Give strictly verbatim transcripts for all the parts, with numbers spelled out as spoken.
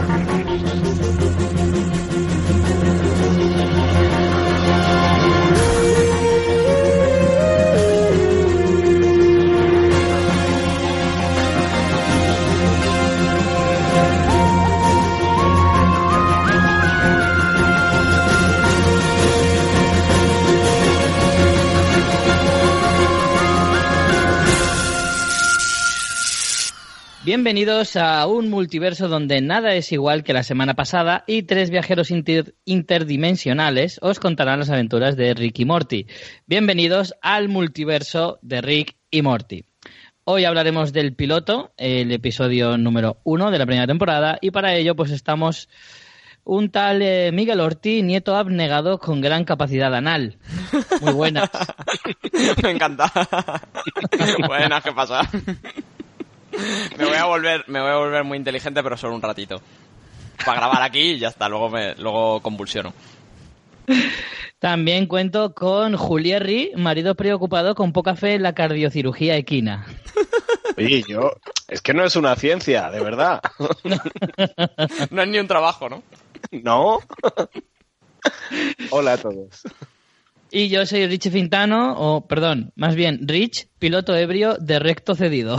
Bienvenidos a un multiverso donde nada es igual que la semana pasada y tres viajeros inter- interdimensionales os contarán las aventuras de Rick y Morty. Bienvenidos al multiverso de Rick y Morty. Hoy hablaremos del piloto, el episodio número uno de la primera temporada, y para ello pues estamos un tal eh, Miguel Orti, nieto abnegado con gran capacidad anal. Muy buenas. Me encanta. Buenas, ¿qué pasa? Me voy a volver, me voy a volver muy inteligente, pero solo un ratito. Para grabar aquí y ya está, luego me, luego convulsiono. También cuento con Julierri, marido preocupado con poca fe en la cardiocirugía equina. Oye, yo... Es que no es una ciencia, de verdad. No es ni un trabajo, ¿no? ¿No? Hola a todos. Y yo soy Rich Fintano, o perdón, más bien Rich, piloto ebrio de recto cedido.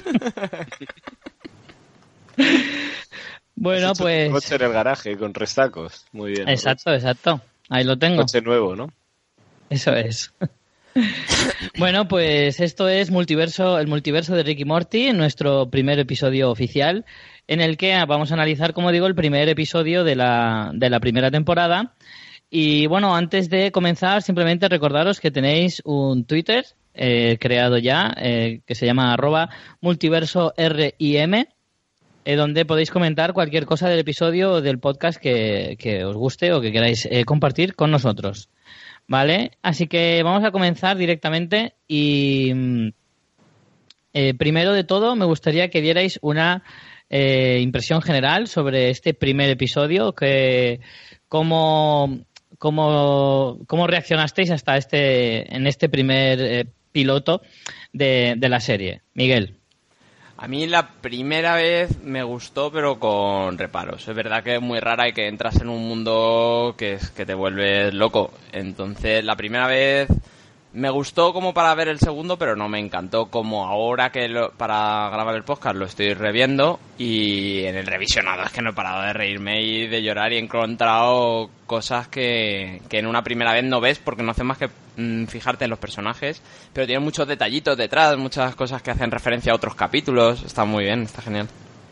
Bueno, pues... Un coche en el garaje con restacos. Muy bien. Exacto, ¿no? Exacto. Ahí lo tengo. Coche nuevo, ¿no? Eso es. Bueno, pues esto es multiverso, el multiverso de Rick y Morty, nuestro primer episodio oficial, en el que vamos a analizar, como digo, el primer episodio de la, de la primera temporada. Y bueno, antes de comenzar, simplemente recordaros que tenéis un Twitter eh, creado ya, eh, que se llama arroba multiverso rim, eh, donde podéis comentar cualquier cosa del episodio o del podcast que, que os guste o que queráis eh, compartir con nosotros. ¿Vale? Así que vamos a comenzar directamente y eh, primero de todo me gustaría que dierais una eh, impresión general sobre este primer episodio, que cómo... ¿Cómo, cómo reaccionasteis hasta este en este primer eh, piloto de, de la serie? Miguel. A mí la primera vez me gustó, pero con reparos. Es verdad que es muy rara y que entras en un mundo que, es, que te vuelves loco. Entonces, la primera vez me gustó como para ver el segundo, pero no me encantó como ahora que lo, para grabar el podcast lo estoy reviendo, y en el revisionado es que no he parado de reírme y de llorar y he encontrado cosas que, que en una primera vez no ves porque no hace más que mmm, fijarte en los personajes, pero tiene muchos detallitos detrás, muchas cosas que hacen referencia a otros capítulos. Está muy bien, está genial.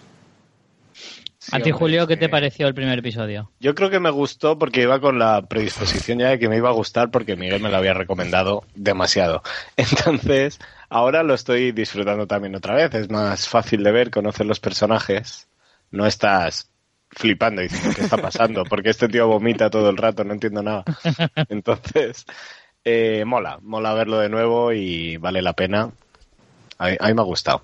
Sí, ¿a ti, Julio, qué te pareció el primer episodio? Yo creo que me gustó porque iba con la predisposición ya de que me iba a gustar porque Miguel me lo había recomendado demasiado. Entonces, ahora lo estoy disfrutando también otra vez. Es más fácil de ver, conocer los personajes. No estás flipando y diciendo qué está pasando, porque este tío vomita todo el rato, no entiendo nada. Entonces, eh, mola, mola verlo de nuevo y vale la pena. A, a mí me ha gustado.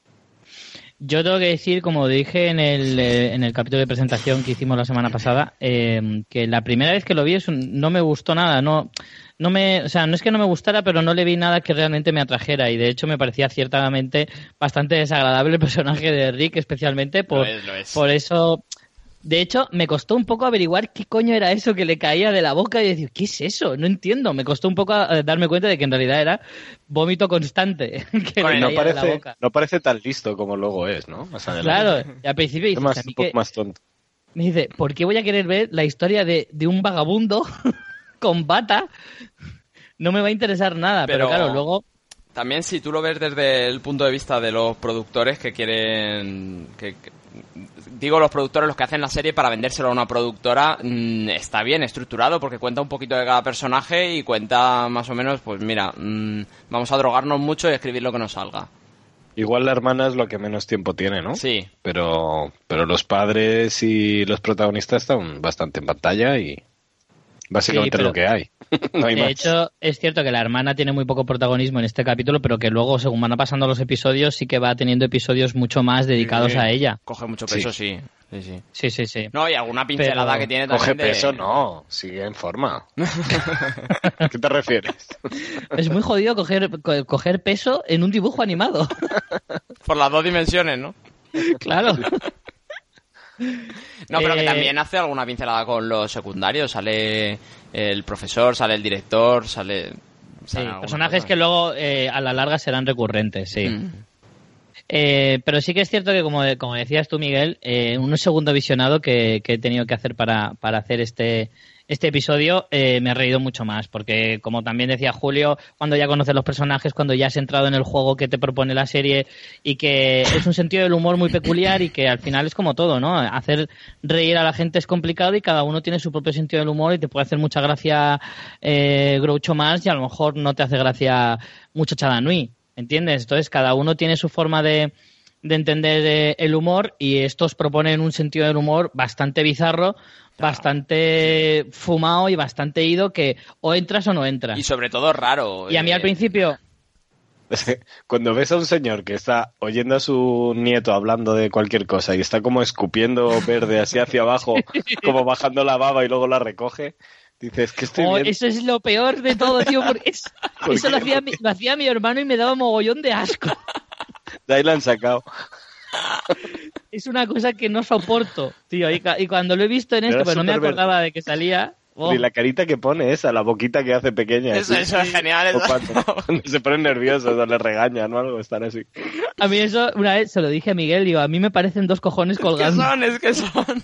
Yo tengo que decir, como dije en el, eh, en el capítulo de presentación que hicimos la semana pasada, eh, que la primera vez que lo vi es un, no me gustó nada. No, no me, o sea, no es que no me gustara, pero no le vi nada que realmente me atrajera. Y de hecho me parecía ciertamente bastante desagradable el personaje de Rick, especialmente por, lo es, lo es. por eso. De hecho, me costó un poco averiguar qué coño era eso que le caía de la boca y decir, ¿qué es eso? No entiendo. Me costó un poco darme cuenta de que en realidad era vómito constante que bueno, le no caía parece, de la boca. No parece tan listo como luego es, ¿no? Más claro, y al principio dices, más, a mí un poco que, más tonto. Me dice, ¿por qué voy a querer ver la historia de, de un vagabundo con bata? No me va a interesar nada, pero, pero claro, luego... También si tú lo ves desde el punto de vista de los productores que quieren... que, que digo los productores, los que hacen la serie para vendérselo a una productora, mmm, está bien estructurado porque cuenta un poquito de cada personaje y cuenta más o menos, pues mira, mmm, vamos a drogarnos mucho y escribir lo que nos salga. Igual la hermana es lo que menos tiempo tiene, ¿no? Sí. Pero, pero los padres y los protagonistas están bastante en pantalla y básicamente sí, pero... lo que hay. No hay de más. hecho, es cierto que la hermana tiene muy poco protagonismo en este capítulo, pero que luego, según van pasando los episodios, sí que va teniendo episodios mucho más dedicados sí, a ella. Coge mucho peso, sí. Sí, sí. Sí, sí, sí. No, y alguna pincelada pero... que tiene también. Coge de... peso, no. Sigue en forma. ¿A qué te refieres? Es muy jodido coger, co- coger peso en un dibujo animado. Por las dos dimensiones, ¿no? Claro. No, pero Eh, que también hace alguna pincelada con los secundarios. Sale el profesor, sale el director, sale... Sí, sale alguna personajes cosa. que luego eh, a la larga serán recurrentes, sí. Mm. Eh, pero sí que es cierto que, como, como decías tú, Miguel, eh, un segundo visionado que, que he tenido que hacer para, para hacer este, este episodio, eh, me he reído mucho más, porque como también decía Julio, cuando ya conoces los personajes, cuando ya has entrado en el juego que te propone la serie y que es un sentido del humor muy peculiar y que al final es como todo, ¿no? Hacer reír a la gente es complicado y cada uno tiene su propio sentido del humor y te puede hacer mucha gracia eh, Groucho Marx y a lo mejor no te hace gracia mucho Chadanui. ¿Entiendes? Entonces, cada uno tiene su forma de, de entender eh, el humor y estos proponen un sentido del humor bastante bizarro, bastante fumado y bastante ido que o entras o no entras. Y sobre todo raro. Y a mí eh, al principio... Cuando ves a un señor que está oyendo a su nieto hablando de cualquier cosa y está como escupiendo verde así hacia abajo, como bajando la baba y luego la recoge, dices que estoy Oh, viendo. eso es lo peor de todo, tío. Porque es- ¿Por eso qué? lo hacía, mi, lo hacía mi hermano y me daba mogollón de asco. De ahí la han sacado. Es una cosa que no soporto, tío. Y, ca- y cuando lo he visto en esto, Era pero no me súper acordaba de que salía... oh, Y la carita que pone esa, la boquita que hace pequeña. Eso, así. eso es genial. O eso. cuando, cuando se ponen nerviosos o le regañan o algo, están así. a mí eso, una vez se lo dije a Miguel, digo, a mí me parecen dos cojones ¿Qué colgando. son? Es que son.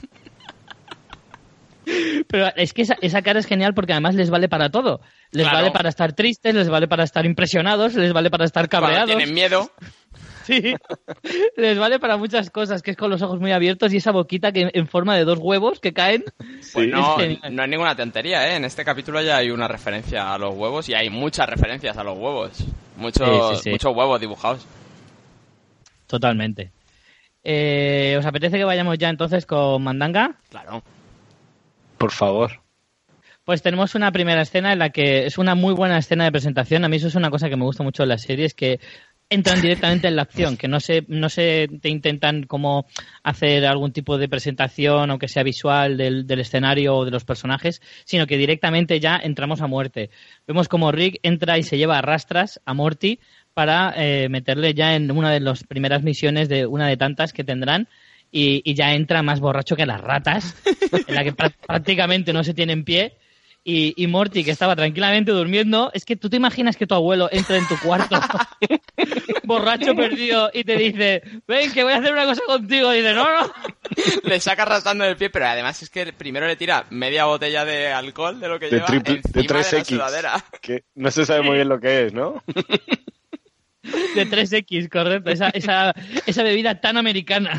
Pero es que esa, esa cara es genial porque además les vale para todo. Les Claro. vale para estar tristes, les vale para estar impresionados, les vale para estar Cuando cabreados. tienen miedo. Sí. Les vale para muchas cosas, que es con los ojos muy abiertos y esa boquita que en forma de dos huevos que caen. Pues Sí. no, Es genial. no es ninguna tontería, ¿eh? En este capítulo ya hay una referencia a los huevos y hay muchas referencias a los huevos. Muchos, Sí, sí, sí. muchos huevos dibujados. Totalmente. Eh, ¿Os apetece que vayamos ya entonces con Mandanga? Claro. Por favor. Pues tenemos una primera escena en la que es una muy buena escena de presentación. A mí eso es una cosa que me gusta mucho de las series, que entran directamente en la acción, que no se, no se te intentan como hacer algún tipo de presentación, aunque sea visual, del, del escenario o de los personajes, sino que directamente ya entramos a muerte. Vemos como Rick entra y se lleva a rastras a Morty para eh, meterle ya en una de las primeras misiones de una de tantas que tendrán. Y, y ya entra más borracho que las ratas, en la que prá- prácticamente no se tiene en pie. Y, y Morty, que estaba tranquilamente durmiendo, es que tú te imaginas que tu abuelo entra en tu cuarto, borracho perdido, y te dice, ven, que voy a hacer una cosa contigo. Y dice, no, no. Le saca arrastrando el pie, pero además es que primero le tira media botella de alcohol de lo que De, lleva triple, encima de de, tres la equis. sudadera. Que no se sabe muy bien lo que es, ¿no? De tres equis, correcto. Esa, esa, esa bebida tan americana.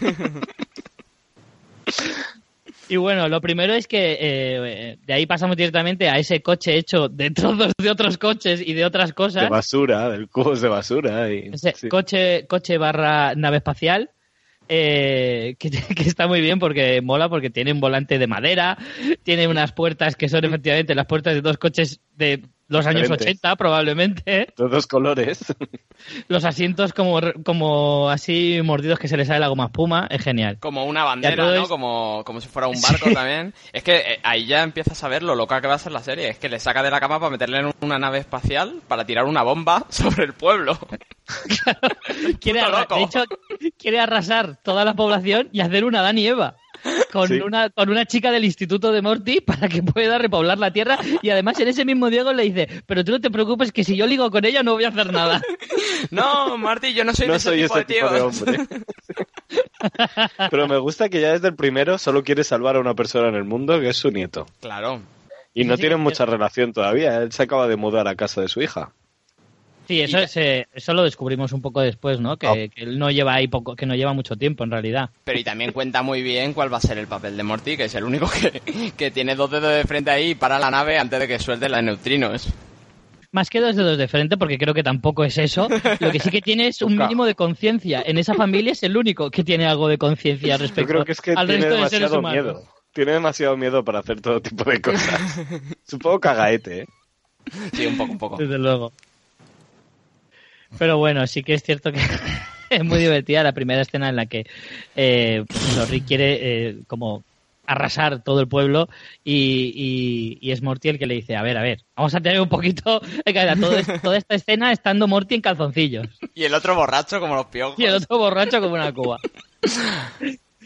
Y bueno, lo primero es que eh, de ahí pasamos directamente a ese coche hecho de trozos de otros coches y de otras cosas. De basura, del cubos de basura. Y, Ese sí. coche, coche barra nave espacial. Eh, que, que está muy bien porque mola, porque tiene un volante de madera, tiene unas puertas que son efectivamente las puertas de dos coches de los años Diferentes. ochenta probablemente, Todos colores. los asientos como, como así mordidos que se les sale la goma espuma, es genial. Como una Ya bandera, todo ¿no? es- Como, como si fuera un barco Sí. también. Es que eh, ahí ya empiezas a ver lo loca que va a ser la serie. Es que le saca de la cama para meterle en una nave espacial para tirar una bomba sobre el pueblo. Quiere, Puto arra- loco. de hecho, quiere arrasar toda la población y hacer una Adán y Eva. Con, Sí. una, con una chica del instituto de Morty para que pueda repoblar la tierra y además en ese mismo Diego le dice, pero tú no te preocupes que si yo ligo con ella no voy a hacer nada. No, Marty, yo no soy de No ese soy tipo ese de tipo de tíos. hombre. Pero me gusta que ya desde el primero solo quiere salvar a una persona en el mundo, que es su nieto. Claro. Y no Sí, tienen sí. mucha relación todavía. Él se acaba de mudar a casa de su hija. Sí, eso, Y- es, eh, eso lo descubrimos un poco después, ¿no? Que, Oh. que él no lleva ahí poco, que no lleva mucho tiempo en realidad. Pero y también cuenta muy bien cuál va a ser el papel de Morty, que es el único que, que tiene dos dedos de frente ahí y para la nave antes de que suelte las neutrinos. Más que dos dedos de frente, porque creo que tampoco es eso. Lo que sí que tiene es un Nunca. mínimo de conciencia. En esa familia es el único que tiene algo de conciencia Yo respecto creo que es que al tiene resto de seres demasiado humanos. miedo. Tiene demasiado miedo para hacer todo tipo de cosas. Supongo cagaete, ¿eh? Sí, un poco, un poco. Desde luego. Pero bueno, sí que es cierto que es muy divertida la primera escena en la que eh, pues, Rick quiere eh, como arrasar todo el pueblo y, y, y es Morty el que le dice, a ver, a ver, vamos a tener un poquito venga, todo es- toda esta escena estando Morty en calzoncillos Y el otro borracho como los piojos. y el otro borracho como una cuba.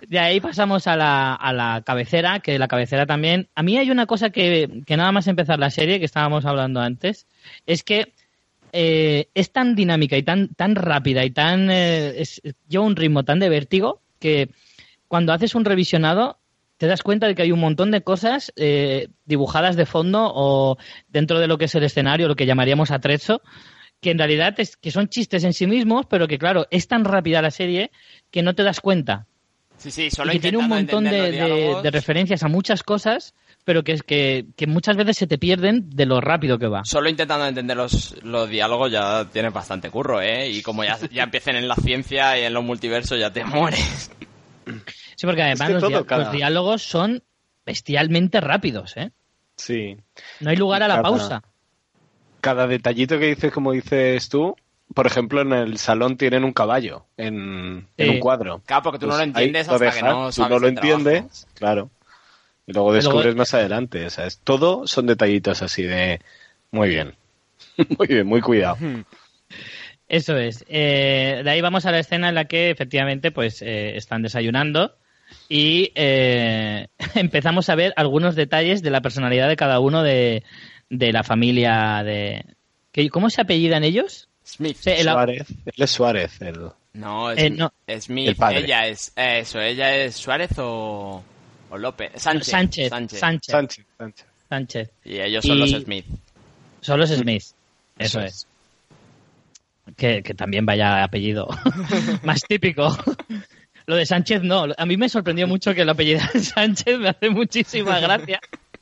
De ahí pasamos a la, a la cabecera, que la cabecera también... A mí hay una cosa que, que nada más empezar la serie, que estábamos hablando antes, es que eh, es tan dinámica y tan, tan rápida y tan eh, es, lleva un ritmo tan de vértigo que cuando haces un revisionado te das cuenta de que hay un montón de cosas eh, dibujadas de fondo o dentro de lo que es el escenario, lo que llamaríamos atrezzo, que en realidad es, que son chistes en sí mismos, pero que claro, es tan rápida la serie que no te das cuenta. Sí, sí, solo y que tiene un montón de, de, de referencias a muchas cosas, pero que es que, que muchas veces se te pierden de lo rápido que va. Solo intentando entender los, los diálogos ya tienes bastante curro, ¿eh? Y como ya, ya empiecen en la ciencia y en los multiversos ya te mueres. Sí, porque además es que los, di- cada... los diálogos son bestialmente rápidos, ¿eh? Sí. No hay lugar a la cada, pausa. Cada detallito que dices, como dices tú, por ejemplo, en el salón tienen un caballo en, sí. en un cuadro. Claro, porque tú pues no lo entiendes hasta dejas, que no sabes tú no lo entiendes, trabajo. Claro. Y luego descubres luego... más adelante. O sea, es, todo son detallitos así de... Muy bien. Muy bien, muy cuidado. Eso es. Eh, de ahí vamos a la escena en la que efectivamente pues eh, están desayunando y eh, empezamos a ver algunos detalles de la personalidad de cada uno de, de la familia de... ¿Cómo se apellidan ellos? Smith. Sí, el... Suárez. Él es Suárez. El... No, es eh, no, Smith. El padre. Ella es... Eh, eso, ella es Suárez o... o López. Sánchez. Sánchez. Sánchez. Sánchez. Sánchez. Sánchez. Sánchez. Y ellos son y... los Smith. Son los Smith. Eso, Eso es. es. Que, que también vaya apellido más típico. Lo de Sánchez no. A mí me sorprendió mucho que el apellido Sánchez, me hace muchísima gracia.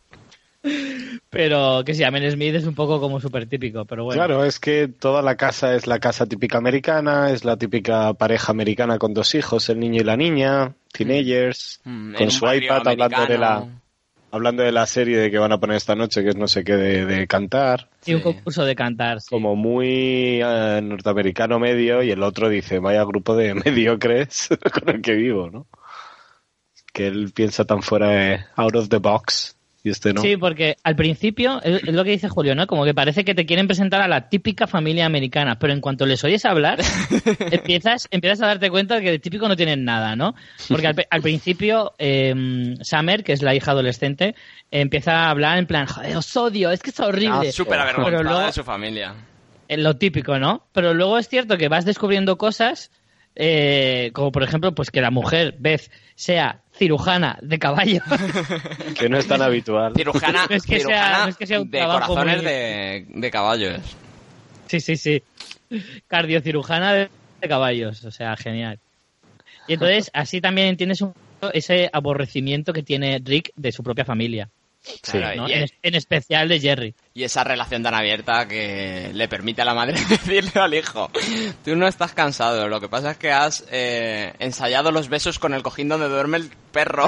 Pero que se llamen Smith es un poco como súper típico, pero bueno. Claro, es que toda la casa es la casa típica americana, es la típica pareja americana con dos hijos, el niño y la niña, teenagers, mm, con su iPad hablando de la hablando de la serie de que van a poner esta noche, que es no sé qué de, de cantar. Sí, sí, un concurso de cantar. Sí. Como muy eh, norteamericano medio, y el otro dice, vaya grupo de mediocres con el que vivo, ¿no? Que él piensa tan fuera de out of the box. Y este no. Sí, porque al principio, es lo que dice Julio, ¿no? Como que parece que te quieren presentar a la típica familia americana, pero en cuanto les oyes hablar, empiezas, empiezas a darte cuenta de que de típico no tienen nada, ¿no? Porque al, al principio, eh, Summer, que es la hija adolescente, eh, empieza a hablar en plan, joder, os odio, es que es horrible. No, súper avergonzada de su familia. Es lo típico, ¿no? Pero luego es cierto que vas descubriendo cosas, eh, como por ejemplo, pues que la mujer, Beth, sea cirujana de caballo. Que no es tan habitual. Cirujana, no es que cirujana sea, no es que sea un de corazones muy... de, de caballos. Sí, sí, sí. Cardiocirujana de, de caballos. O sea, genial. Y entonces, así también entiendes un poco ese aborrecimiento que tiene Rick de su propia familia. Claro, ¿no? y en, es, en especial de Jerry. Y esa relación tan abierta que le permite a la madre decirle al hijo, tú no estás cansado, lo que pasa es que has eh, ensayado los besos con el cojín donde duerme el perro.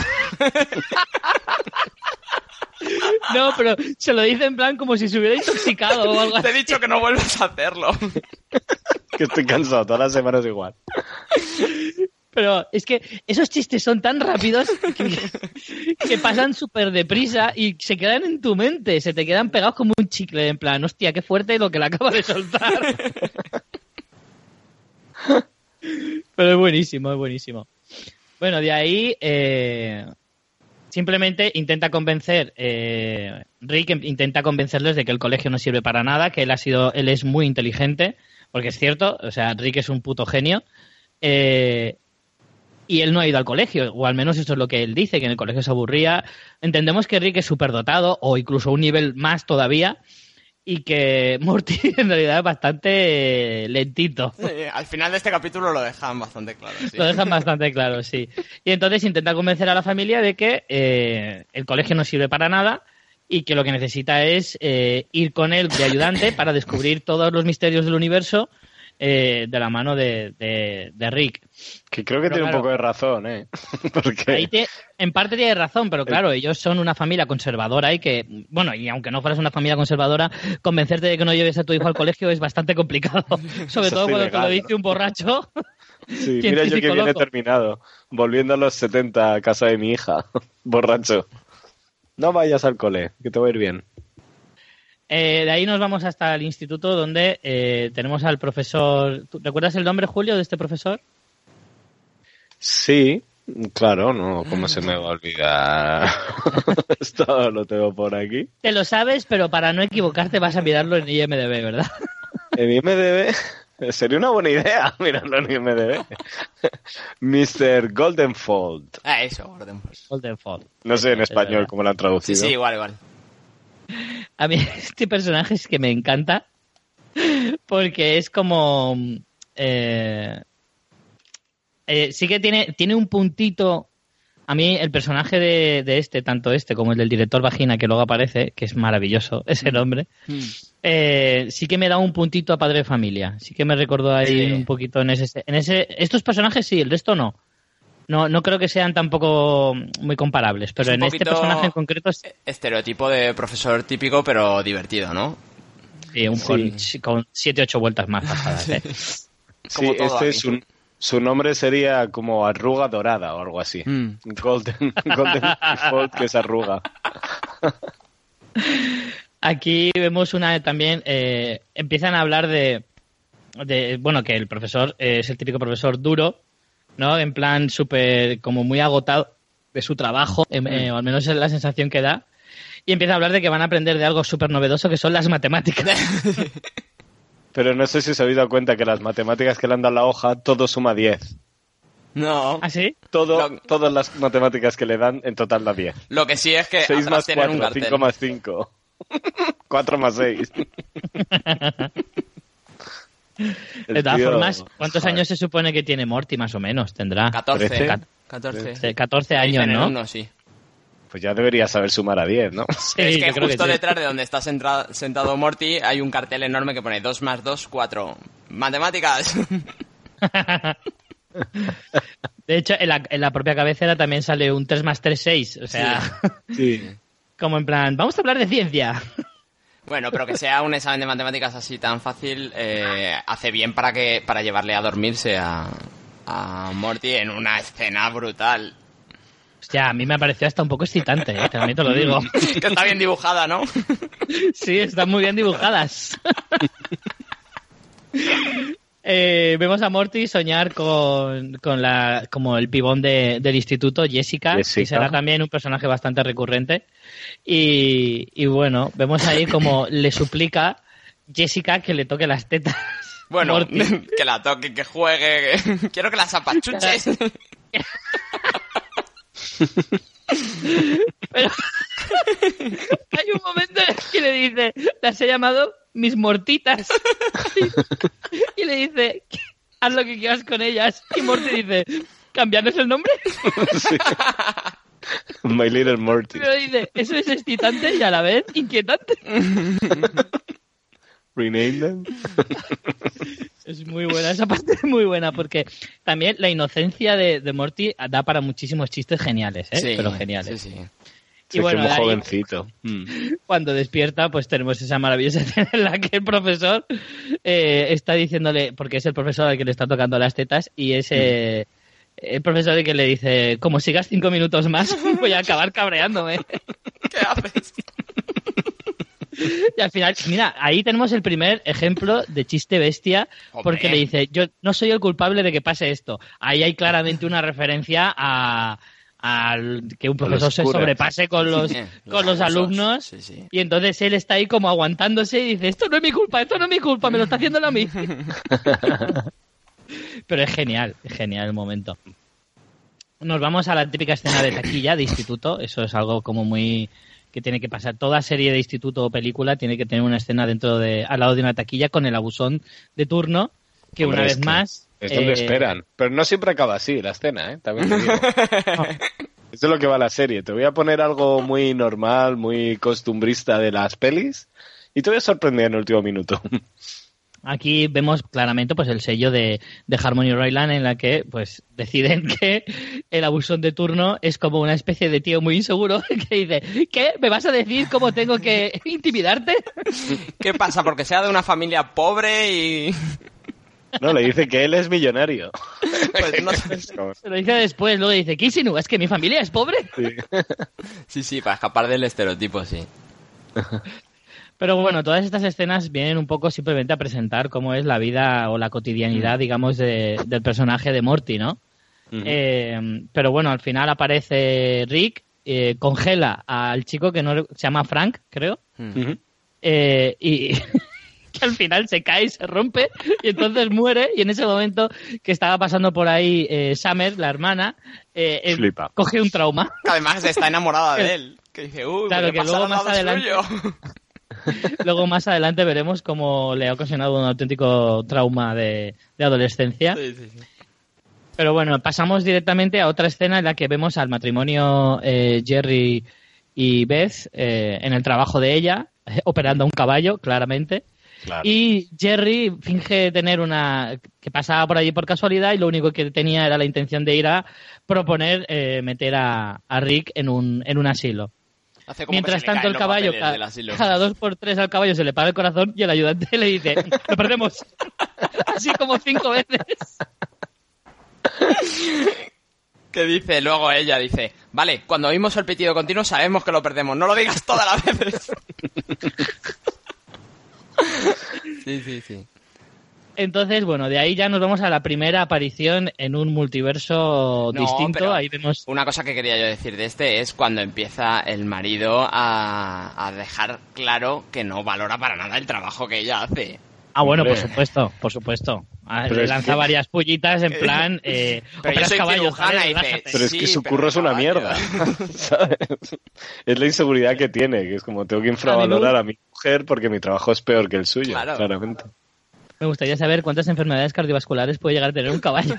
No, pero se lo dice en plan como si se hubiera intoxicado o algo así. Te he dicho que no vuelvas a hacerlo. Que estoy cansado, todas las semanas igual. Pero es que esos chistes son tan rápidos que, que pasan súper deprisa y se quedan en tu mente, se te quedan pegados como un chicle, en plan, hostia, qué fuerte lo que le acaba de soltar. Pero es buenísimo, es buenísimo. Bueno, de ahí eh, simplemente intenta convencer, eh, Rick intenta convencerles de que el colegio no sirve para nada, que él ha sido, él es muy inteligente, porque es cierto, o sea, Rick es un puto genio. Eh, Y él no ha ido al colegio, o al menos eso es lo que él dice, que en el colegio se aburría. Entendemos que Rick es superdotado, o incluso un nivel más todavía, y que Morty en realidad es bastante lentito. Sí, al final de este capítulo lo dejan bastante claro. Sí. Lo dejan bastante claro, sí. Y entonces intenta convencer a la familia de que eh, el colegio no sirve para nada y que lo que necesita es eh, ir con él de ayudante para descubrir todos los misterios del universo. Eh, de la mano de, de, de Rick. Que creo que pero tiene claro, un poco de razón, ¿eh? Porque... Ahí te, en parte tiene razón, pero claro, ellos son una familia conservadora y que, bueno, y aunque no fueras una familia conservadora, convencerte de que no lleves a tu hijo al colegio es bastante complicado. Sobre todo cuando te lo dice un borracho. Sí, mira yo que viene terminado. Volviendo a los setenta a casa de mi hija. Borracho. No vayas al cole, que te va a ir bien. Eh, de ahí nos vamos hasta el instituto donde eh, tenemos al profesor... ¿Tú recuerdas el nombre, Julio, de este profesor? Sí, Claro, no, ¿cómo se me va a olvidar? Esto lo tengo por aquí. Te lo sabes, pero para no equivocarte vas a mirarlo en I M D B, ¿verdad? En I M D B sería una buena idea mirarlo en I M D B. mister Goldenfold. Ah, eso, Goldenfold. Goldenfold. No sé en español cómo lo han Sí, traducido. sí, igual, igual. A mí este personaje es que me encanta porque es como... Eh, eh, sí que tiene, tiene un puntito... A mí el personaje de, de este, tanto este como el del director Vagina, que luego aparece, que es maravilloso ese nombre, Mm. eh, sí que me da un puntito a Padre de Familia. Sí que me recordó ahí Sí. un poquito en ese, en ese... Estos personajes sí, el resto no. No, no creo que sean tampoco muy comparables, pero Es un en este poquito personaje en concreto es Estereotipo de profesor típico, pero divertido, ¿no? sí, un, con, con siete ocho vueltas más pasadas. ¿eh? Sí, Como todo este aquí. es un, su nombre sería como arruga dorada o algo así. Mm. Golden, Goldenfold, que es arruga. Aquí vemos una también, eh, empiezan a hablar de, de, bueno, que el profesor eh, es el típico profesor duro, ¿no? En plan súper, como muy agotado de su trabajo, em, eh, o al menos es la sensación que da. Y empieza a hablar de que van a aprender de algo súper novedoso que son las matemáticas. Pero no sé si os habéis dado cuenta que las matemáticas que le han dado a la hoja, todo suma diez. No. ¿Ah, sí? Todo, Lo- Todas las matemáticas que le dan en total da diez. Lo que sí es que seis atrás más tienen un cuatro, cartel. cinco más cinco. cuatro más seis. De todas formas, ¿cuántos años se supone que tiene Morty, más o menos? Tendrá catorce. ¿Trece? Cat- catorce. catorce años, Dicen en ¿no? uno, sí. Pues ya debería saber sumar a diez, ¿no? Sí, es que yo creo justo sí. detrás de donde está sentra- sentado Morty hay un cartel enorme que pone dos más dos, cuatro. ¡Matemáticas! De hecho, en la, en la propia cabecera también sale un tres más tres, seis. O sea, Sí. como en plan, vamos a hablar de ciencia. Bueno, pero que sea un examen de matemáticas así tan fácil, eh, hace bien para que para llevarle a dormirse a, a Morty en una escena brutal. Hostia, a mí me ha parecido hasta un poco excitante, ¿eh? También te lo digo. Que está bien dibujada, ¿no? Sí, están muy bien dibujadas. Eh, vemos a Morty soñar con, con la como el pibón de, del instituto, Jessica, Jessica. que será también un personaje bastante recurrente. Y, y bueno, vemos ahí como le suplica Jessica que le toque las tetas. Bueno, Morty. que la toque, que juegue, que... quiero que las apachuches. Pero hay un momento en el que le dice, las he llamado mis mortitas. Y le dice, haz lo que quieras con ellas. Y Morty dice, ¿cambiarles el nombre? Sí. My Little Morty. Pero dice, eso es excitante y a la vez inquietante. Rename them. Es muy buena, esa parte es muy buena, porque también la inocencia de, de Morty da para muchísimos chistes geniales, ¿eh? Sí, Pero geniales. sí, sí. Sí, Y bueno, que muy ahí- jovencito. Mm. Cuando despierta, pues tenemos esa maravillosa escena en la que el profesor eh, está diciéndole, porque es el profesor al que le está tocando las tetas, y es eh, el profesor el que le dice, como sigas cinco minutos más, voy a acabar cabreándome. ¿Qué haces? Y al final, mira, ahí tenemos el primer ejemplo de chiste bestia, porque Hombre. le dice, yo no soy el culpable de que pase esto. Ahí hay claramente una referencia a... al que un profesor se curas. sobrepase con los, Sí, con los abusos. alumnos. Sí, sí. Y entonces él está ahí como aguantándose y dice, esto no es mi culpa, esto no es mi culpa, me lo está haciendo él a mí. Pero es genial, es genial el momento. Nos vamos a la típica escena de taquilla de instituto, eso es algo como muy que tiene que pasar. Toda serie de instituto o película tiene que tener una escena dentro de, al lado de una taquilla con el abusón de turno, que Hombre, una es vez que más... Es donde eh, esperan. Pero no siempre acaba así la escena, ¿eh? También te digo. Eso es lo que va la serie. Te voy a poner algo muy normal, muy costumbrista de las pelis y te voy a sorprender en el último minuto. Aquí vemos claramente pues el sello de, de Harmony Royland en la que pues deciden que el abusón de turno es como una especie de tío muy inseguro que dice, ¿qué? ¿Me vas a decir cómo tengo que intimidarte? ¿Qué pasa? Porque sea de una familia pobre y... No, le dice que él es millonario. Pues no... Es como- Se lo dice después, luego dice, ¿qué insinúas? ¿Que mi familia es pobre? sí. Sí, sí, para escapar del estereotipo, sí. Pero bueno, todas estas escenas vienen un poco simplemente a presentar cómo es la vida o la cotidianidad, digamos, de- del personaje de Morty, ¿no? Uh-huh. Eh, pero bueno, al final aparece Rick, eh, congela al chico que no se llama Frank, creo, uh-huh. eh, y que al final se cae y se rompe y entonces muere, y en ese momento que estaba pasando por ahí eh, Summer, la hermana, eh, eh, coge un trauma. Además está enamorada de él, que dice, uy, claro, que luego más adelante luego más adelante veremos cómo le ha ocasionado un auténtico trauma de, de adolescencia. Sí, sí, sí. Pero bueno, pasamos directamente a otra escena en la que vemos al matrimonio eh, Jerry y Beth eh, en el trabajo de ella, eh, operando a un caballo, claramente. Claro. Y Jerry finge tener una... que pasaba por allí por casualidad y lo único que tenía era la intención de ir a proponer eh, meter a, a Rick en un, en un asilo. Mientras tanto el caballo, cada, cada dos por tres al caballo se le para el corazón y el ayudante le dice, lo perdemos. Así como cinco veces. Que dice, luego ella dice, vale, cuando oímos el pitido continuo sabemos que lo perdemos, no lo digas todas las veces. Sí, sí, sí. Entonces, bueno, de ahí ya nos vamos a la primera aparición en un multiverso no, distinto. Ahí vemos... Una cosa que quería yo decir de este es cuando empieza el marido a, a dejar claro que no valora para nada el trabajo que ella hace. Ah, bueno, por supuesto, por supuesto. Pero le lanza que... varias pullitas en plan... Eh, pero yo soy caballos, ¿sabes? Y dice, pero es sí, que su curro es una caballo. mierda, ¿sabes? Es la inseguridad que tiene, que es como tengo que infravalorar a, a mi mujer porque mi trabajo es peor que el suyo, claro. Claramente. Me gustaría saber cuántas enfermedades cardiovasculares puede llegar a tener un caballo.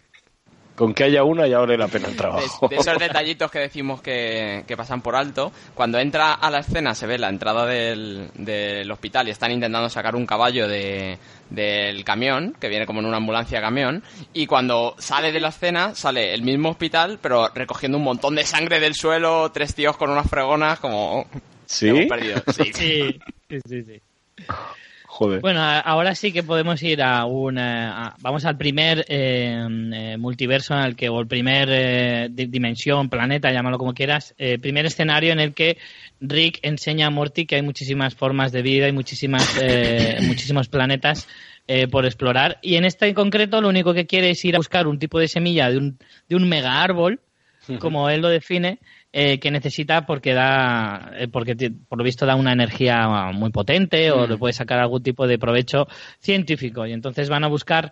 Con que haya una ya vale la pena el trabajo. De, de esos detallitos que decimos que, que pasan por alto, cuando entra a la escena se ve la entrada del, del hospital y están intentando sacar un caballo de, del camión, que viene como en una ambulancia camión, y cuando sale de la escena sale el mismo hospital, pero recogiendo un montón de sangre del suelo, tres tíos con unas fregonas, como... ¿Sí? Hemos perdido. Sí, sí, sí, sí. sí. Joder. Bueno, ahora sí que podemos ir a un... A, vamos al primer eh, eh, multiverso en el que, o el primer eh, dimensión, planeta, llámalo como quieras, eh, primer escenario en el que Rick enseña a Morty que hay muchísimas formas de vida y muchísimas, eh, muchísimos planetas eh, por explorar. Y en este en concreto lo único que quiere es ir a buscar un tipo de semilla de un, de un mega árbol, como él lo define, eh, que necesita porque da eh, porque t- por lo visto da una energía muy potente o mm. le puede sacar algún tipo de provecho científico, y entonces van a buscar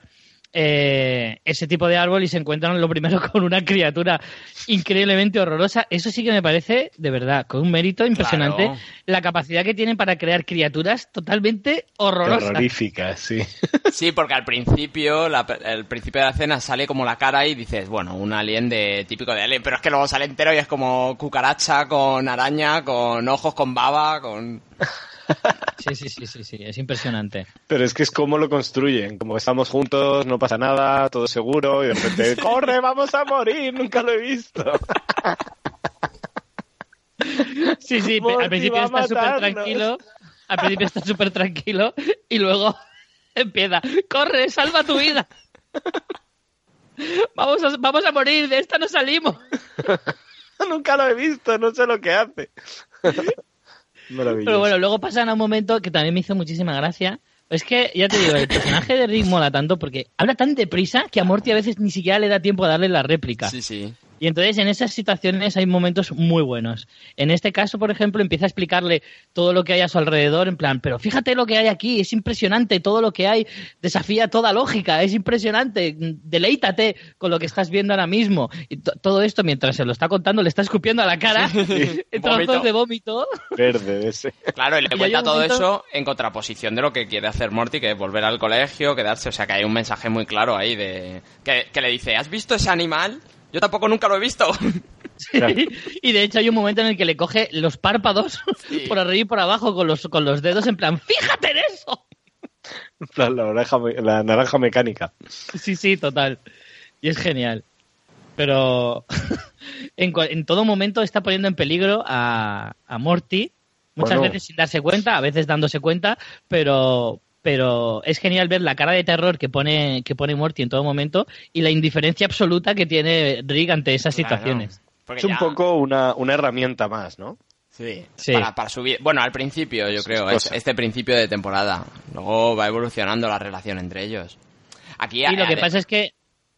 eh, ese tipo de árbol y se encuentran lo primero con una criatura increíblemente horrorosa. Eso sí que me parece, de verdad, con un mérito impresionante, claro, la capacidad que tienen para crear criaturas totalmente horrorosas. Terroríficas, sí. Sí, porque al principio, la, el principio de la escena sale como la cara y dices, bueno, un alien de típico de alien, pero es que luego sale entero y es como cucaracha con araña, con ojos, con baba, con... Sí, sí, sí, sí, sí, es impresionante. Pero es que es como lo construyen, como estamos juntos, no pasa nada, todo seguro, y de repente, ¡corre, vamos a morir! Nunca lo he visto. Sí, sí, Morty al principio está súper tranquilo, al principio está súper tranquilo, y luego empieza, ¡corre, salva tu vida! Vamos a, vamos a morir, de esta no salimos. Nunca lo he visto, no sé lo que hace. Pero bueno, luego pasan a un momento que también me hizo muchísima gracia. Es que, ya te digo, el personaje de Rick mola tanto porque habla tan deprisa que a Morty a veces ni siquiera le da tiempo a darle la réplica. Sí, sí. Y entonces en esas situaciones hay momentos muy buenos. En este caso, por ejemplo, empieza a explicarle todo lo que hay a su alrededor, en plan, pero fíjate lo que hay aquí, es impresionante, todo lo que hay desafía toda lógica, es impresionante, deleítate con lo que estás viendo ahora mismo. Y t- todo esto, mientras se lo está contando, le está escupiendo a la cara sí, trozos de vómito. Verde ese. Claro, y le cuenta todo momento... eso en contraposición de lo que quiere hacer Morty, que es volver al colegio, quedarse, o sea que hay un mensaje muy claro ahí de que, que le dice, ¿has visto ese animal? Yo tampoco nunca lo he visto. Sí, y de hecho hay un momento en el que le coge los párpados sí. por arriba y por abajo con los, con los dedos en plan, ¡fíjate en eso! La, la, oreja, la naranja mecánica. Sí, sí, total. Y es genial. Pero en, en todo momento está poniendo en peligro a, a Morty, muchas bueno. veces sin darse cuenta, a veces dándose cuenta, pero... pero es genial ver la cara de terror que pone que pone Morty en todo momento y la indiferencia absoluta que tiene Rick ante esas claro, situaciones. Es un ya... poco una, una herramienta más, ¿no? Sí, sí. Para, para subir... Bueno, al principio, yo creo, es este principio de temporada. Luego va evolucionando la relación entre ellos. Aquí y lo que pasa es que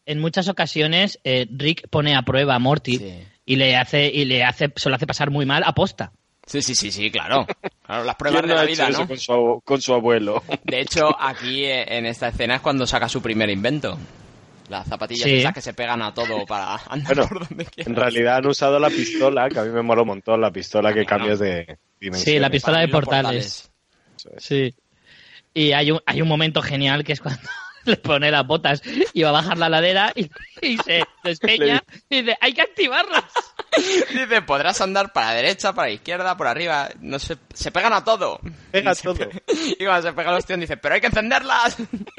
en muchas ocasiones eh, Rick pone a prueba a Morty sí. y le hace y le hace se lo hace pasar muy mal aposta. Sí, sí, sí, sí, claro. Claro, las pruebas de la vida, ¿no? Con su, con su abuelo. De hecho, aquí en esta escena es cuando saca su primer invento. Las zapatillas sí. esas que se pegan a todo para andar bueno, por donde quieras. En realidad han usado la pistola, que a mí me mola un montón, la pistola que bueno, cambias de dimensión. Sí, la pistola de portales. portales. Sí. Y hay un, hay un momento genial que es cuando le pone las botas y va a bajar la ladera y, y se despeña y dice, hay que activarlas. Dice, podrás andar para la derecha, para la izquierda, por arriba. No sé, se pegan a todo. Pega y todo. Pe- y cuando se pega el ostión dice, pero hay que encenderlas.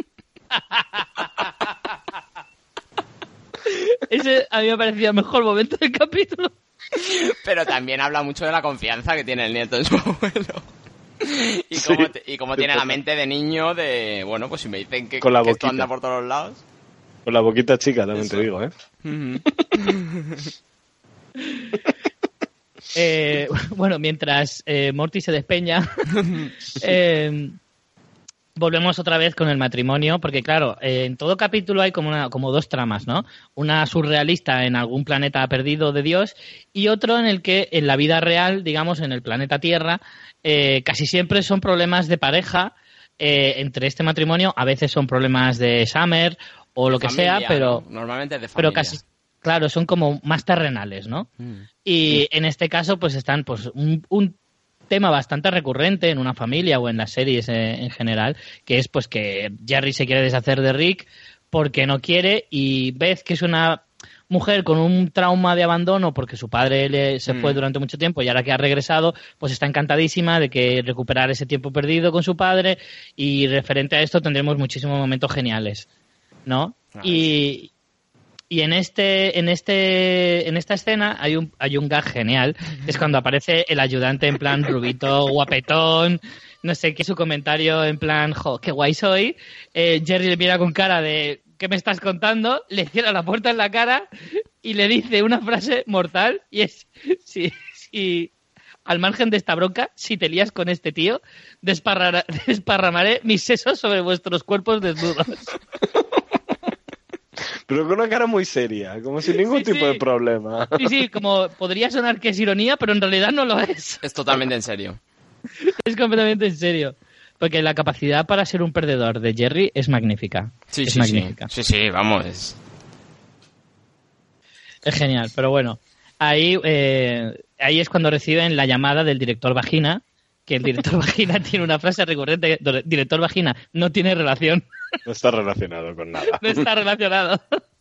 Ese a mí me parecía el mejor momento del capítulo. Pero también habla mucho de la confianza que tiene el nieto en su abuelo. Y como, sí, y como tiene la mente de niño de, bueno, pues si me dicen que, con la que esto anda por todos lados. Con la boquita chica también Eso. Te digo, ¿eh? Uh-huh. eh bueno, mientras eh, Morty se despeña, eh, volvemos otra vez con el matrimonio, porque claro, eh, en todo capítulo hay como, una, como dos tramas, ¿no? Una surrealista en algún planeta perdido de Dios y otro en el que en la vida real, digamos, en el planeta Tierra, eh, casi siempre son problemas de pareja eh, entre este matrimonio, a veces son problemas de Summer o lo de que familia, sea, pero ¿no? Normalmente de familia. Pero casi, claro, son como más terrenales, ¿no? Mm. Y en este caso, pues están pues un, un tema bastante recurrente en una familia o en las series eh, en general, que es pues que Jerry se quiere deshacer de Rick porque no quiere y Beth, que es una mujer con un trauma de abandono porque su padre le, se mm. fue durante mucho tiempo y ahora que ha regresado, pues está encantadísima de que recuperar ese tiempo perdido con su padre y referente a esto tendremos muchísimos momentos geniales, ¿no? Ah, y... Y en este, en este, en esta escena hay un, hay un gag genial, es cuando aparece el ayudante en plan rubito, guapetón, no sé qué, su comentario en plan, jo, qué guay soy. Eh, Jerry le mira con cara de, ¿qué me estás contando? Le cierra la puerta en la cara y le dice una frase mortal y es, si, si al margen de esta bronca, si te lías con este tío, desparrara, desparramaré mis sesos sobre vuestros cuerpos desnudos. Pero con una cara muy seria, como sin ningún sí, tipo sí. de problema. Sí, sí, como podría sonar que es ironía, pero en realidad no lo es. Es totalmente en serio. Es completamente en serio. Porque la capacidad para ser un perdedor de Jerry es magnífica. Sí, es sí, magnífica. sí. Sí, sí, vamos. Es, es genial, pero bueno. Ahí, eh, ahí es cuando reciben la llamada del director Vagina, que el director Vagina tiene una frase recurrente, director Vagina no tiene relación. No está relacionado con nada. No está relacionado.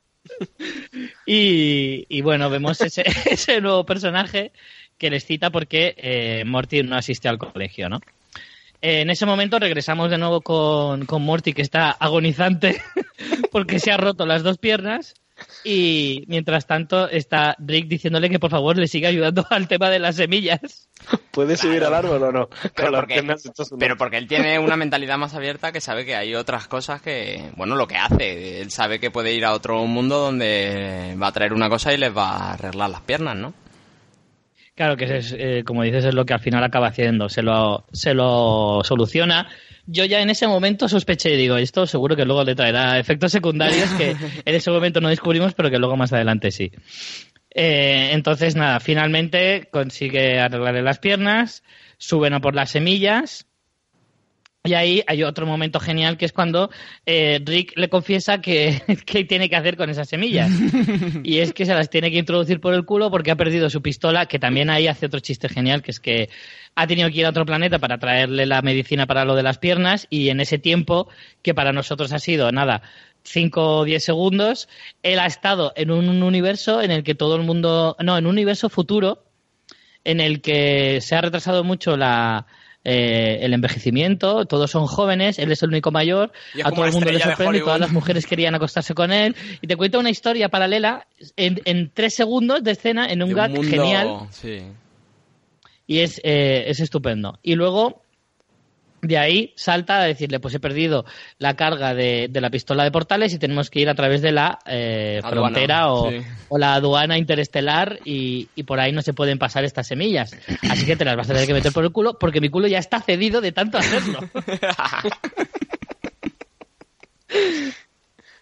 Y, y bueno, vemos ese, ese nuevo personaje que les cita porque eh, Morty no asiste al colegio, ¿no? Eh, en ese momento regresamos de nuevo con, con Morty, que está agonizante porque se ha roto las dos piernas. Y mientras tanto está Rick diciéndole que por favor le siga ayudando al tema de las semillas. ¿Puede claro. subir al árbol o no? Pero porque, pero porque él tiene una mentalidad más abierta que sabe que hay otras cosas que... Bueno, lo que hace. Él sabe que puede ir a otro mundo donde va a traer una cosa y les va a arreglar las piernas, ¿no? Claro que es, eh, como dices, es lo que al final acaba haciendo. Se lo, se lo soluciona. Yo ya en ese momento sospeché y digo, esto seguro que luego le traerá efectos secundarios que en ese momento no descubrimos, pero que luego más adelante sí. Eh, entonces, nada, finalmente consigue arreglarle las piernas, suben a por las semillas y ahí hay otro momento genial que es cuando eh, Rick le confiesa que, que tiene que hacer con esas semillas. Y es que se las tiene que introducir por el culo porque ha perdido su pistola, que también ahí hace otro chiste genial, que es que ha tenido que ir a otro planeta para traerle la medicina para lo de las piernas y en ese tiempo, que para nosotros ha sido, nada, cinco o diez segundos, él ha estado en un universo en el que todo el mundo... No, en un universo futuro en el que se ha retrasado mucho la... Eh, el envejecimiento, todos son jóvenes, él es el único mayor, a todo el mundo le sorprende y todas las mujeres querían acostarse con él y te cuenta una historia paralela en, en tres segundos de escena en un de gag un mundo, genial sí. Y es, eh, es estupendo. Y luego de ahí salta a decirle, pues he perdido la carga de, de la pistola de portales y tenemos que ir a través de la eh, frontera o, sí. o la aduana interestelar y, y por ahí no se pueden pasar estas semillas. Así que te las vas a tener que meter por el culo porque mi culo ya está cedido de tanto hacerlo.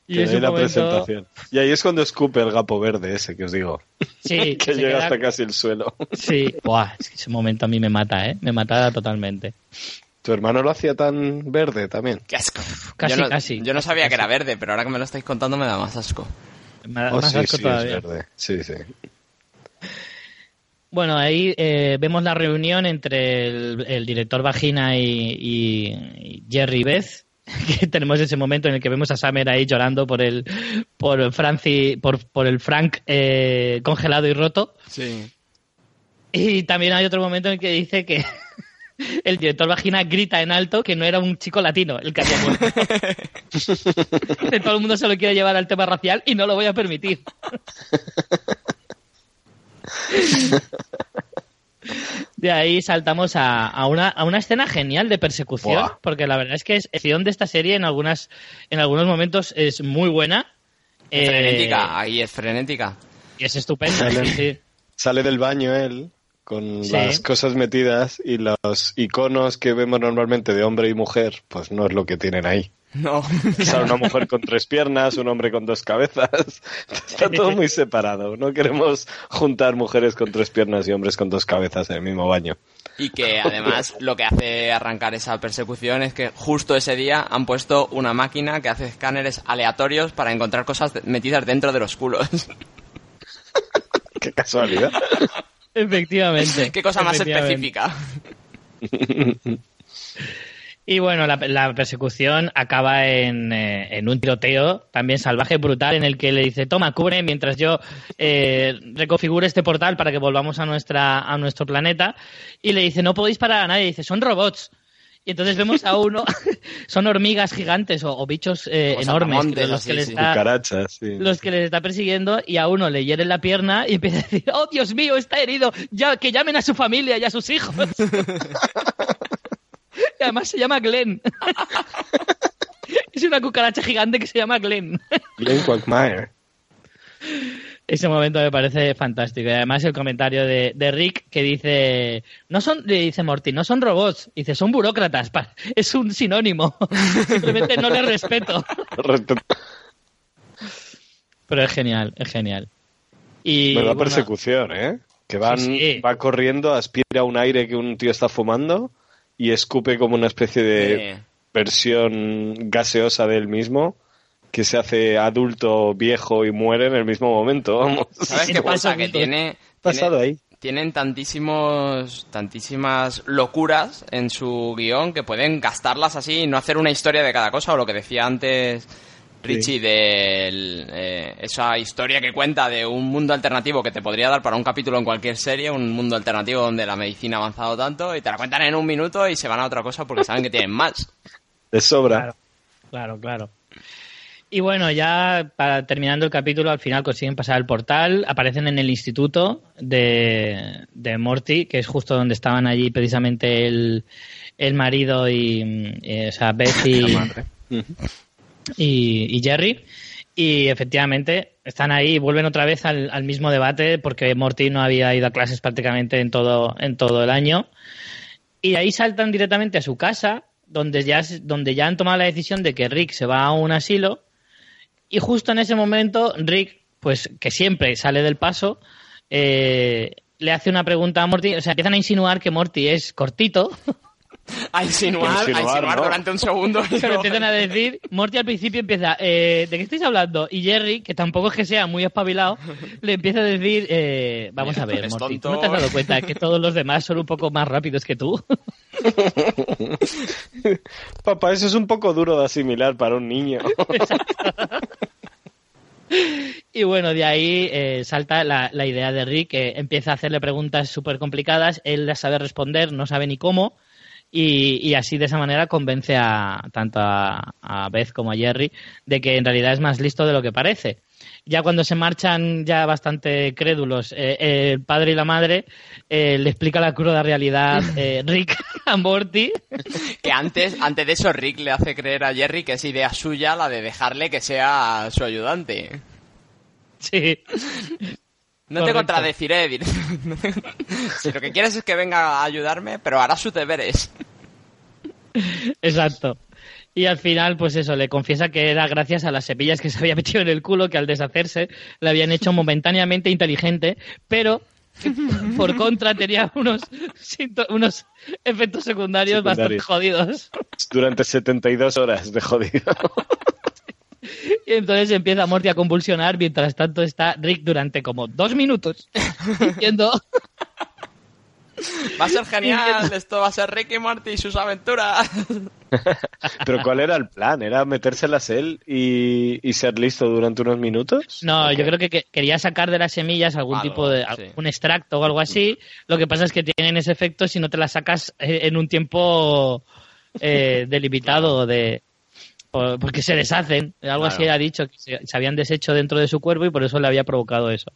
Y es la momento... presentación. Y ahí es cuando escupe el gapo verde ese que os digo. Sí. que llega queda... hasta casi el suelo. Sí. Buah, es que ese momento a mí me mata, ¿eh? Me mata totalmente. ¿Tu hermano lo hacía tan verde también? ¡Qué asco! Casi, yo no, casi. Yo no sabía casi. que era verde, pero ahora que me lo estáis contando me da más asco. Me da oh, más sí, asco sí, todavía. Es verde. Sí, sí. Bueno, ahí eh, vemos la reunión entre el, el director Vagina y, y, y Jerry y Beth, que tenemos ese momento en el que vemos a Summer ahí llorando por el por Franci, por, por el Frank eh, congelado y roto. Sí. Y también hay otro momento en el que dice que el director Vagina grita en alto que no era un chico latino el que había muerto. Que todo el mundo se lo quiere llevar al tema racial y no lo voy a permitir. De ahí saltamos a, a, una, a una escena genial de persecución. Buah. Porque la verdad es que es, la acción de esta serie en algunas en algunos momentos es muy buena. Es eh, frenética, ahí es frenética. Y es estupenda. Sale, sí. sale del baño él con sí. las cosas metidas y los iconos que vemos normalmente de hombre y mujer, pues no es lo que tienen ahí. No. Sale una mujer con tres piernas, un hombre con dos cabezas. Está todo muy separado. No queremos juntar mujeres con tres piernas y hombres con dos cabezas en el mismo baño. Y que además lo que hace arrancar esa persecución es que justo ese día han puesto una máquina que hace escáneres aleatorios para encontrar cosas metidas dentro de los culos. Qué casualidad. Efectivamente. Qué cosa más específica. Y bueno, la, la persecución acaba en, eh, en un tiroteo también salvaje, brutal, en el que le dice, toma, cubre mientras yo eh, reconfigure este portal para que volvamos a nuestra a nuestro planeta. Y le dice, no podéis parar a nadie. Y dice, son robots. Y entonces vemos a uno, son hormigas gigantes o, o bichos eh, enormes, que los, así, que les sí. está, sí. los que les está persiguiendo, y a uno le hieren la pierna y empieza a decir, oh, Dios mío, está herido, ya que llamen a su familia y a sus hijos. Y además se llama Glenn. Es una cucaracha gigante que se llama Glenn. Glenn Quagmire. Ese momento me parece fantástico. Y además el comentario de, de Rick que dice, no son, le dice Morty, no son robots, dice, son burócratas. Es un sinónimo. Simplemente no les respeto. Respeto. Pero es genial, es genial. Y Pero la bueno, persecución, ¿eh? Que van, sí, sí. va corriendo, aspira un aire que un tío está fumando y escupe como una especie de sí. versión gaseosa de él mismo, que se hace adulto, viejo y muere en el mismo momento, vamos. ¿Sabes qué pasa? Que tiene... pasado tiene, ahí. Tienen tantísimos, tantísimas locuras en su guión que pueden gastarlas así y no hacer una historia de cada cosa, o lo que decía antes Richie, sí. de eh, esa historia que cuenta de un mundo alternativo que te podría dar para un capítulo en cualquier serie, un mundo alternativo donde la medicina ha avanzado tanto, y te la cuentan en un minuto y se van a otra cosa porque saben que tienen más. De sobra. Claro, claro, claro. Y bueno, ya para terminando el capítulo, al final consiguen pasar el portal, aparecen en el instituto de, de Morty, que es justo donde estaban allí precisamente el, el marido y, y o sea, Beth y... La madre. Y, y Jerry, y efectivamente están ahí y vuelven otra vez al, al mismo debate porque Morty no había ido a clases prácticamente en todo, en todo el año, y ahí saltan directamente a su casa donde ya, donde ya han tomado la decisión de que Rick se va a un asilo, y justo en ese momento Rick, pues que siempre sale del paso, eh, le hace una pregunta a Morty, o sea, empiezan a insinuar que Morty es cortito. A insinuar, a insinuar ¿no? durante un segundo. Pero empiezan a decir, Morty al principio empieza, eh, ¿de qué estáis hablando? Y Jerry, que tampoco es que sea muy espabilado, le empieza a decir, eh, vamos a ver, Morty, ¿tú no te has dado cuenta que todos los demás son un poco más rápidos que tú? Papá, eso es un poco duro de asimilar para un niño. Y bueno, de ahí eh, salta la, la idea de Rick, que empieza a hacerle preguntas súper complicadas, él las sabe responder, no sabe ni cómo. Y, y así de esa manera convence a tanto a, a Beth como a Jerry de que en realidad es más listo de lo que parece. Ya cuando se marchan ya bastante crédulos, eh, eh, el padre y la madre eh, le explica la cruda realidad eh, Rick a Morty. Que antes, antes de eso Rick le hace creer a Jerry que es idea suya la de dejarle que sea su ayudante. Sí. No te contradeciré. Si lo que quieres es que venga a ayudarme, pero hará sus deberes. Exacto. Y al final, pues eso, le confiesa que era gracias a las semillas que se había metido en el culo, que al deshacerse le habían hecho momentáneamente inteligente, pero por contra tenía unos, unos efectos secundarios, secundarios bastante jodidos. Durante setenta y dos horas de jodido. Y entonces empieza Morty a convulsionar, mientras tanto está Rick durante como dos minutos diciendo... Va a ser genial, esto va a ser Rick y Morty y sus aventuras. ¿Pero cuál era el plan? ¿Era metérselas él y, y ser listo durante unos minutos? No, okay. Yo creo que, que quería sacar de las semillas algún algo, tipo de... Sí. Un extracto o algo así. Lo que pasa es que tienen ese efecto si no te las sacas en un tiempo eh, delimitado, claro. de porque se deshacen. Algo claro. así ha dicho, que se, se habían deshecho dentro de su cuerpo y por eso le había provocado eso.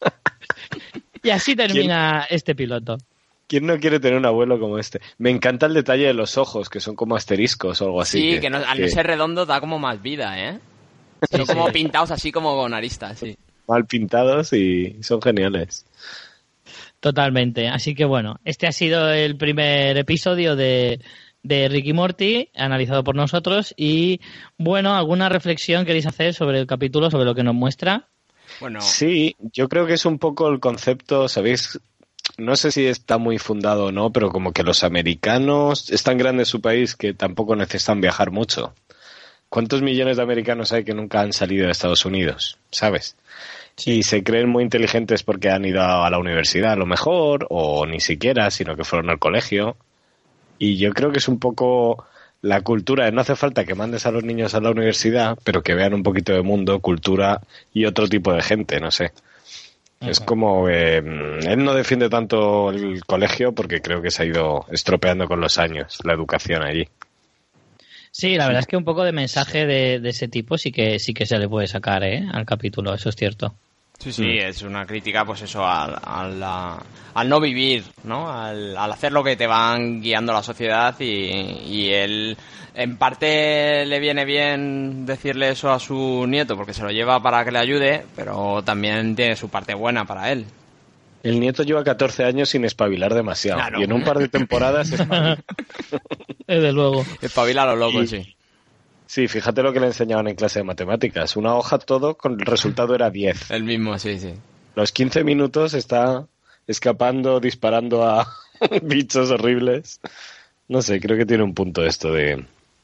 Y así termina ¿Quién? este piloto. ¿Quién no quiere tener un abuelo como este? Me encanta el detalle de los ojos, que son como asteriscos o algo así. Sí, que, que, no, al que... no ser redondo da como más vida, ¿eh? Son sí, como sí. pintados así como con aristas, sí. Mal pintados y son geniales. Totalmente. Así que bueno, este ha sido el primer episodio de, de Rick y Morty, analizado por nosotros. Y bueno, ¿alguna reflexión queréis hacer sobre el capítulo, sobre lo que nos muestra? Bueno. Sí, yo creo que es un poco el concepto, ¿sabéis? No sé si está muy fundado o no, pero como que los americanos, es tan grande su país que tampoco necesitan viajar mucho. ¿Cuántos millones de americanos hay que nunca han salido de Estados Unidos? ¿Sabes? Sí. Y se creen muy inteligentes porque han ido a la universidad a lo mejor, o ni siquiera, sino que fueron al colegio. Y yo creo que es un poco la cultura de no hace falta que mandes a los niños a la universidad, pero que vean un poquito de mundo, cultura y otro tipo de gente, no sé. Okay. Es como eh, él no defiende tanto el colegio porque creo que se ha ido estropeando con los años la educación allí. Sí, la verdad es que un poco de mensaje de, de ese tipo sí que sí que se le puede sacar, ¿eh? Al capítulo, eso es cierto. Sí, sí, mm. es una crítica, pues eso, al, al, al no vivir, ¿no? Al, al hacer lo que te van guiando la sociedad y, y él, en parte le viene bien decirle eso a su nieto porque se lo lleva para que le ayude, pero también tiene su parte buena para él. El nieto lleva catorce años sin espabilar demasiado, claro. Y en un par de temporadas espabila. Desde luego. Espabila a lo loco, y... sí. Sí, fíjate lo que le enseñaban en clase de matemáticas. Una hoja todo, con el resultado era diez. El mismo, sí, sí. Los quince minutos está escapando, disparando a bichos horribles. No sé, creo que tiene un punto esto de...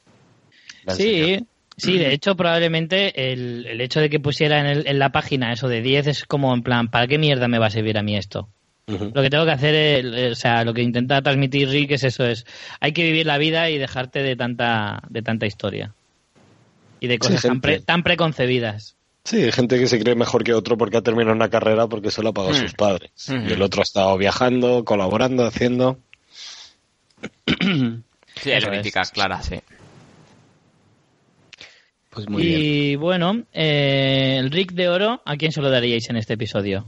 Sí, sí, de hecho probablemente el, el hecho de que pusiera en, el, en la página eso de diez es como en plan, ¿para qué mierda me va a servir a mí esto? Uh-huh. Lo que tengo que hacer, es, o sea, lo que intenta transmitir Rick es eso, es hay que vivir la vida y dejarte de tanta, de tanta historia. Y de cosas sí, tan, pre, tan preconcebidas. Sí, hay gente que se cree mejor que otro porque ha terminado una carrera porque se lo ha pagado mm. sus padres. Mm-hmm. Y el otro ha estado viajando, colaborando, haciendo. Sí, hay críticas claras, sí. Pues muy y bien. Y bueno, eh, el Rick de Oro, ¿a quién se lo daríais en este episodio?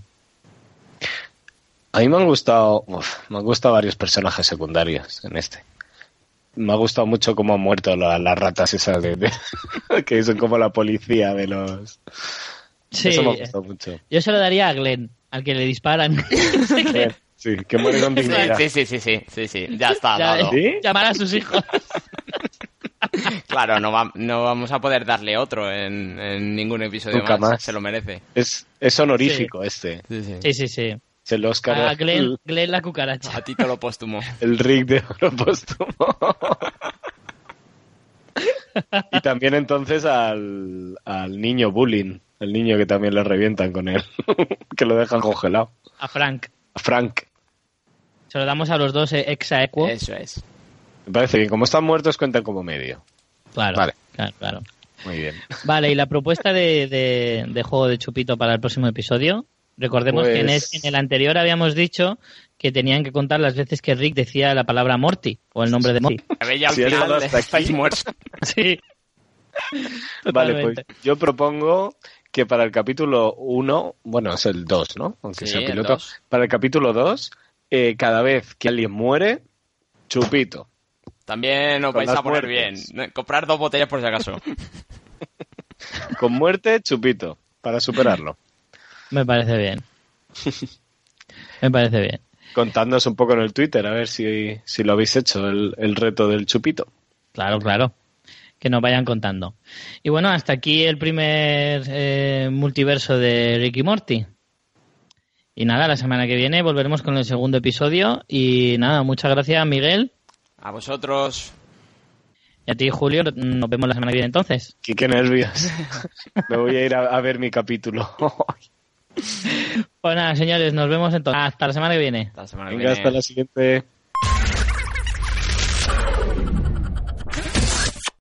A mí me han gustado, uf, me han gustado varios personajes secundarios en este. Me ha gustado mucho cómo han muerto las, las ratas esas de, de, que son como la policía de los... Sí, eso me ha gustado mucho. Yo se lo daría a Glenn, al que le disparan. Sí, que muere con dignidad. Sí, sí, sí, sí, sí, sí, ya está ya, dado. ¿Sí? Llamar a sus hijos. Claro, no, va, no vamos a poder darle otro en, en ningún episodio Nunca más. más. Se lo merece. Es, es honorífico sí. este. Sí, sí, sí. sí, sí. Es el Oscar. A Glenn, Glenn la cucaracha. A Tito lo póstumo. El Rick de Oro póstumo. Y también entonces al, al niño bullying, el niño que también le revientan con él, que lo dejan congelado. A Frank. A Frank. Se lo damos a los dos ex aequo. Eso es. Me parece bien, como están muertos cuentan como medio. Claro, vale. claro, claro. Muy bien. Vale, y la propuesta de, de, de juego de Chupito para el próximo episodio, recordemos pues... que en, es, en el anterior habíamos dicho que tenían que contar las veces que Rick decía la palabra Morty, o el nombre de Morty. Ya al si final hasta estáis muertos. Sí. Vale, pues yo propongo que para el capítulo uno, bueno, es el dos, ¿no? Aunque sí, sea piloto. El para el capítulo dos, eh, cada vez que alguien muere, Chupito. También os vais a poner muertes. bien. Comprar dos botellas por si acaso. Con muerte, Chupito, para superarlo. Me parece bien. Me parece bien. Contadnos un poco en el Twitter, a ver si, si lo habéis hecho, el, el reto del Chupito. Claro, claro. que nos vayan contando. Y bueno, hasta aquí el primer eh, multiverso de Rick y Morty. Y nada, la semana que viene volveremos con el segundo episodio. Y nada, muchas gracias, Miguel. A vosotros. Y a ti, Julio. Nos vemos la semana que viene entonces. Qué, qué nervios. Me voy a ir a, a ver mi capítulo. Pues nada, señores, nos vemos entonces. Hasta la semana que viene. Hasta la semana que Venga, viene. hasta la siguiente.